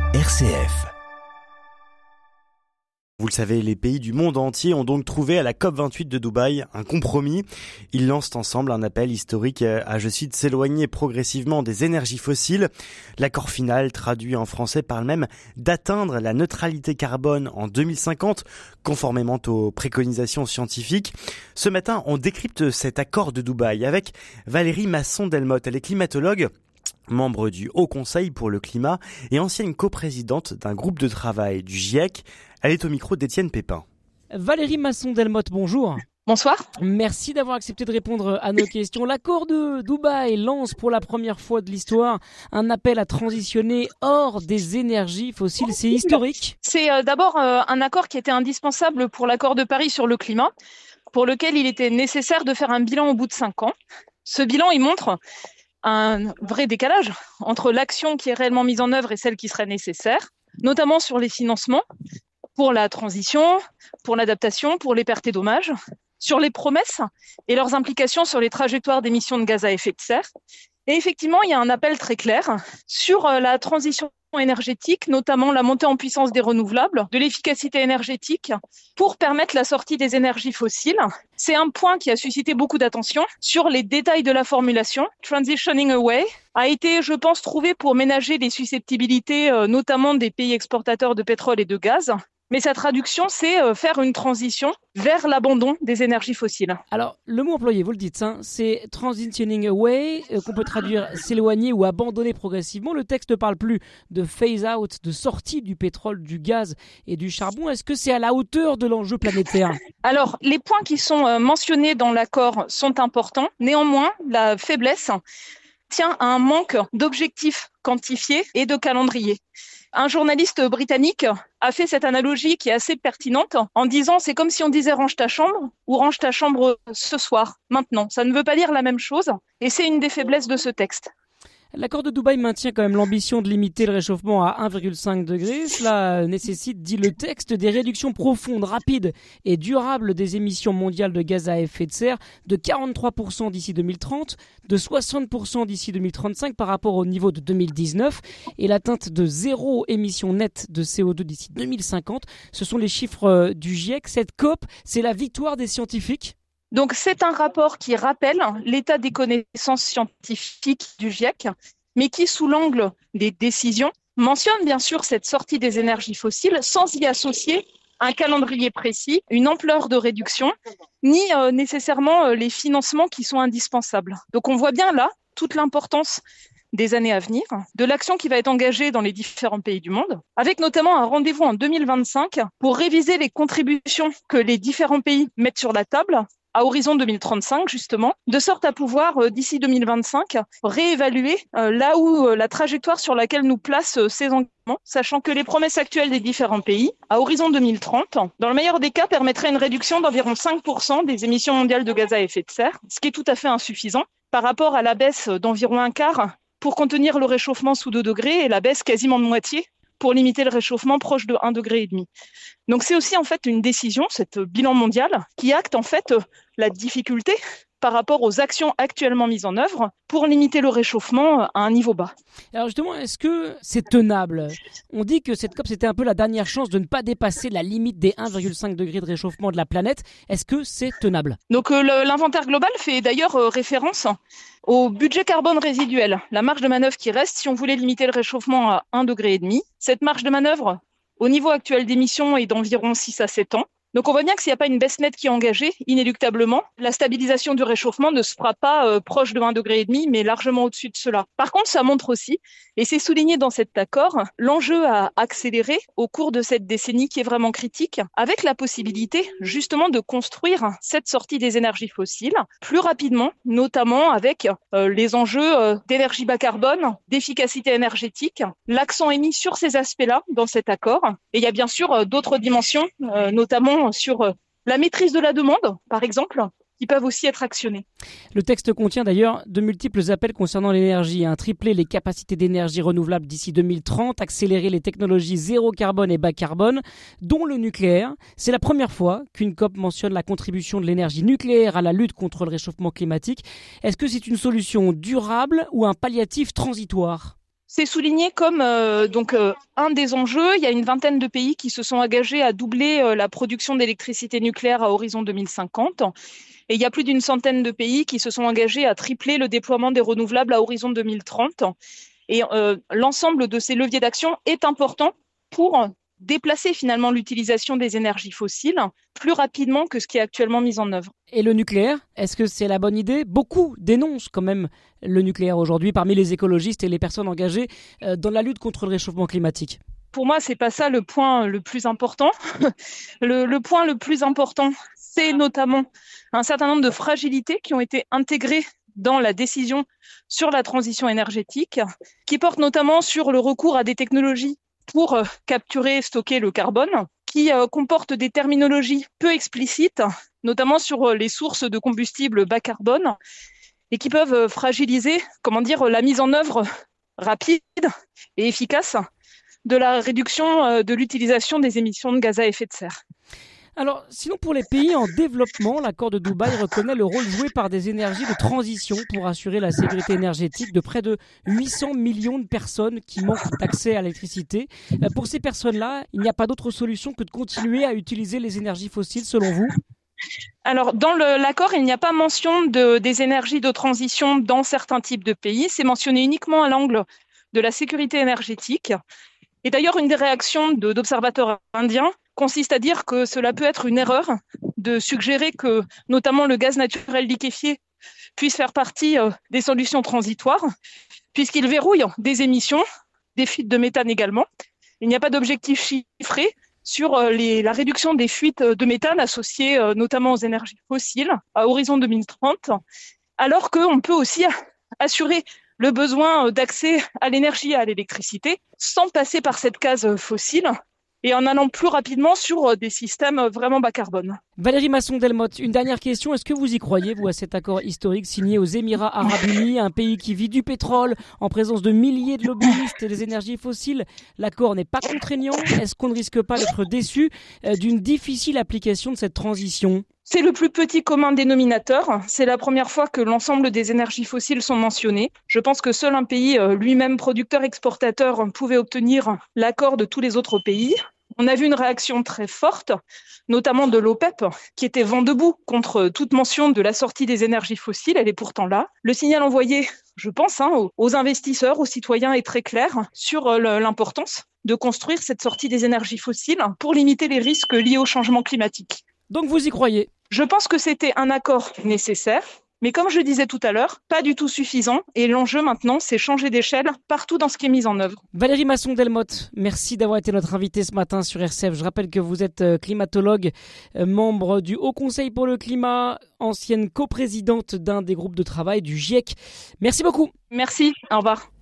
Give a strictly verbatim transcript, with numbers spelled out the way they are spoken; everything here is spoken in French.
R C F. Vous le savez, les pays du monde entier ont donc trouvé à la COP vingt-huit de Dubaï un compromis. Ils lancent ensemble un appel historique à, je cite, s'éloigner progressivement des énergies fossiles. L'accord final, traduit en français, parle même d'atteindre la neutralité carbone en deux mille cinquante, conformément aux préconisations scientifiques. Ce matin, on décrypte cet accord de Dubaï avec Valérie Masson-Delmotte. Elle est climatologue, membre du Haut Conseil pour le climat et ancienne coprésidente d'un groupe de travail du GIEC. Elle est au micro d'Étienne Pépin. Valérie Masson-Delmotte, bonjour. Bonsoir. Merci d'avoir accepté de répondre à nos questions. L'accord de Dubaï lance pour la première fois de l'histoire un appel à transitionner hors des énergies fossiles. C'est historique. C'est euh, d'abord euh, un accord qui était indispensable pour l'accord de Paris sur le climat, pour lequel il était nécessaire de faire un bilan au bout de cinq ans. Ce bilan, il montre un vrai décalage entre l'action qui est réellement mise en œuvre et celle qui serait nécessaire, notamment sur les financements, pour la transition, pour l'adaptation, pour les pertes et dommages, sur les promesses et leurs implications sur les trajectoires d'émissions de gaz à effet de serre. Et effectivement, il y a un appel très clair sur la transition énergétique, notamment la montée en puissance des renouvelables, de l'efficacité énergétique pour permettre la sortie des énergies fossiles. C'est un point qui a suscité beaucoup d'attention. Sur les détails de la formulation, transitioning away a été, je pense, trouvé pour ménager les susceptibilités, euh, notamment des pays exportateurs de pétrole et de gaz. Mais sa traduction, c'est euh, faire une transition vers l'abandon des énergies fossiles. Alors, le mot employé, vous le dites, hein, c'est transitioning away, euh, qu'on peut traduire s'éloigner ou abandonner progressivement. Le texte ne parle plus de phase out, de sortie du pétrole, du gaz et du charbon. Est-ce que c'est à la hauteur de l'enjeu planétaire ? Alors, les points qui sont euh, mentionnés dans l'accord sont importants. Néanmoins, la faiblesse tient à un manque d'objectifs quantifiés et de calendrier. Un journaliste britannique a fait cette analogie qui est assez pertinente en disant c'est comme si on disait range ta chambre ou range ta chambre ce soir, maintenant. Ça ne veut pas dire la même chose et c'est une des faiblesses de ce texte. L'accord de Dubaï maintient quand même l'ambition de limiter le réchauffement à un virgule cinq degré. Cela nécessite, dit le texte, des réductions profondes, rapides et durables des émissions mondiales de gaz à effet de serre de quarante-trois pour cent d'ici deux mille trente, de soixante pour cent d'ici deux mille trente-cinq par rapport au niveau de deux mille dix-neuf et l'atteinte de zéro émission nette de C O deux d'ici deux mille cinquante. Ce sont les chiffres du GIEC. Cette COP, c'est la victoire des scientifiques ? Donc, c'est un rapport qui rappelle l'état des connaissances scientifiques du GIEC, mais qui, sous l'angle des décisions, mentionne bien sûr cette sortie des énergies fossiles sans y associer un calendrier précis, une ampleur de réduction, ni euh, nécessairement euh, les financements qui sont indispensables. Donc, on voit bien là toute l'importance des années à venir, de l'action qui va être engagée dans les différents pays du monde, avec notamment un rendez-vous en deux mille vingt-cinq pour réviser les contributions que les différents pays mettent sur la table à horizon deux mille trente-cinq, justement, de sorte à pouvoir, euh, d'ici deux mille vingt-cinq, réévaluer euh, là où euh, la trajectoire sur laquelle nous placent euh, ces engagements, sachant que les promesses actuelles des différents pays, à horizon deux mille trente, dans le meilleur des cas, permettraient une réduction d'environ cinq pour cent des émissions mondiales de gaz à effet de serre, ce qui est tout à fait insuffisant par rapport à la baisse d'environ un quart pour contenir le réchauffement sous deux degrés et la baisse quasiment de moitié pour limiter le réchauffement proche de un virgule cinq degré. Donc c'est aussi en fait une décision, cette bilan mondial, qui acte en fait la difficulté par rapport aux actions actuellement mises en œuvre pour limiter le réchauffement à un niveau bas. Alors justement, est-ce que c'est tenable ? On dit que cette COP, c'était un peu la dernière chance de ne pas dépasser la limite des un virgule cinq degrés de réchauffement de la planète. Est-ce que c'est tenable ? Donc euh, le, l'inventaire global fait d'ailleurs euh, référence au budget carbone résiduel, la marge de manœuvre qui reste si on voulait limiter le réchauffement à un virgule cinq degré. Cette marge de manœuvre, au niveau actuel d'émissions, est d'environ six à sept ans. Donc on voit bien que s'il n'y a pas une baisse nette qui est engagée, inéluctablement, la stabilisation du réchauffement ne se fera pas euh, proche de un virgule cinq degré, mais largement au-dessus de cela. Par contre, ça montre aussi, et c'est souligné dans cet accord, l'enjeu à accélérer au cours de cette décennie qui est vraiment critique, avec la possibilité justement de construire cette sortie des énergies fossiles plus rapidement, notamment avec euh, les enjeux euh, d'énergie bas carbone, d'efficacité énergétique, l'accent est mis sur ces aspects-là dans cet accord. Et il y a bien sûr euh, d'autres dimensions, euh, notamment sur la maîtrise de la demande, par exemple, qui peuvent aussi être actionnés. Le texte contient d'ailleurs de multiples appels concernant l'énergie. Hein. Tripler les capacités d'énergie renouvelable d'ici deux mille trente, accélérer les technologies zéro carbone et bas carbone, dont le nucléaire. C'est la première fois qu'une COP mentionne la contribution de l'énergie nucléaire à la lutte contre le réchauffement climatique. Est-ce que c'est une solution durable ou un palliatif transitoire ? C'est souligné comme euh, donc euh, un des enjeux. Il y a une vingtaine de pays qui se sont engagés à doubler euh, la production d'électricité nucléaire à horizon deux mille cinquante. Et il y a plus d'une centaine de pays qui se sont engagés à tripler le déploiement des renouvelables à horizon deux mille trente. Et euh, l'ensemble de ces leviers d'action est important pour déplacer finalement l'utilisation des énergies fossiles plus rapidement que ce qui est actuellement mis en œuvre. Et le nucléaire, est-ce que c'est la bonne idée ? Beaucoup dénoncent quand même le nucléaire aujourd'hui parmi les écologistes et les personnes engagées dans la lutte contre le réchauffement climatique. Pour moi, c'est pas ça le point le plus important. le, le point le plus important, c'est notamment un certain nombre de fragilités qui ont été intégrées dans la décision sur la transition énergétique, qui portent notamment sur le recours à des technologies pour euh, capturer et stocker le carbone, qui euh, comportent des terminologies peu explicites, notamment sur euh, les sources de combustibles bas carbone, et qui peuvent euh, fragiliser, comment dire, la mise en œuvre rapide et efficace de la réduction euh, de l'utilisation des émissions de gaz à effet de serre. Alors, sinon pour les pays en développement, l'accord de Dubaï reconnaît le rôle joué par des énergies de transition pour assurer la sécurité énergétique de près de huit cents millions de personnes qui manquent d'accès à l'électricité. Pour ces personnes-là, il n'y a pas d'autre solution que de continuer à utiliser les énergies fossiles selon vous ? Alors, dans le, l'accord, il n'y a pas mention de, des énergies de transition dans certains types de pays. C'est mentionné uniquement à l'angle de la sécurité énergétique. Et d'ailleurs, une des réactions de, d'observateurs indiens consiste à dire que cela peut être une erreur de suggérer que, notamment, le gaz naturel liquéfié puisse faire partie euh, des solutions transitoires, puisqu'il verrouille des émissions, des fuites de méthane également. Il n'y a pas d'objectif chiffré sur euh, les, la réduction des fuites de méthane associées euh, notamment aux énergies fossiles à horizon deux mille trente, alors qu'on peut aussi assurer le besoin d'accès à l'énergie et à l'électricité sans passer par cette case fossile et en allant plus rapidement sur des systèmes vraiment bas carbone. Valérie Masson-Delmotte, une dernière question. Est-ce que vous y croyez, vous, à cet accord historique signé aux Émirats Arabes Unis, un pays qui vit du pétrole, en présence de milliers de lobbyistes des énergies fossiles ? L'accord n'est pas contraignant. Est-ce qu'on ne risque pas d'être déçu d'une difficile application de cette transition ? C'est le plus petit commun dénominateur. C'est la première fois que l'ensemble des énergies fossiles sont mentionnées. Je pense que seul un pays, lui-même producteur-exportateur, pouvait obtenir l'accord de tous les autres pays. On a vu une réaction très forte, notamment de l'OPEP, qui était vent debout contre toute mention de la sortie des énergies fossiles. Elle est pourtant là. Le signal envoyé, je pense, hein, aux investisseurs, aux citoyens est très clair sur l'importance de construire cette sortie des énergies fossiles pour limiter les risques liés au changement climatique. Donc vous y croyez ? Je pense que c'était un accord nécessaire, mais comme je disais tout à l'heure, pas du tout suffisant. Et l'enjeu maintenant, c'est changer d'échelle partout dans ce qui est mis en œuvre. Valérie Masson-Delmotte, merci d'avoir été notre invitée ce matin sur R C F. Je rappelle que vous êtes climatologue, membre du Haut Conseil pour le climat, ancienne coprésidente d'un des groupes de travail du GIEC. Merci beaucoup. Merci, au revoir.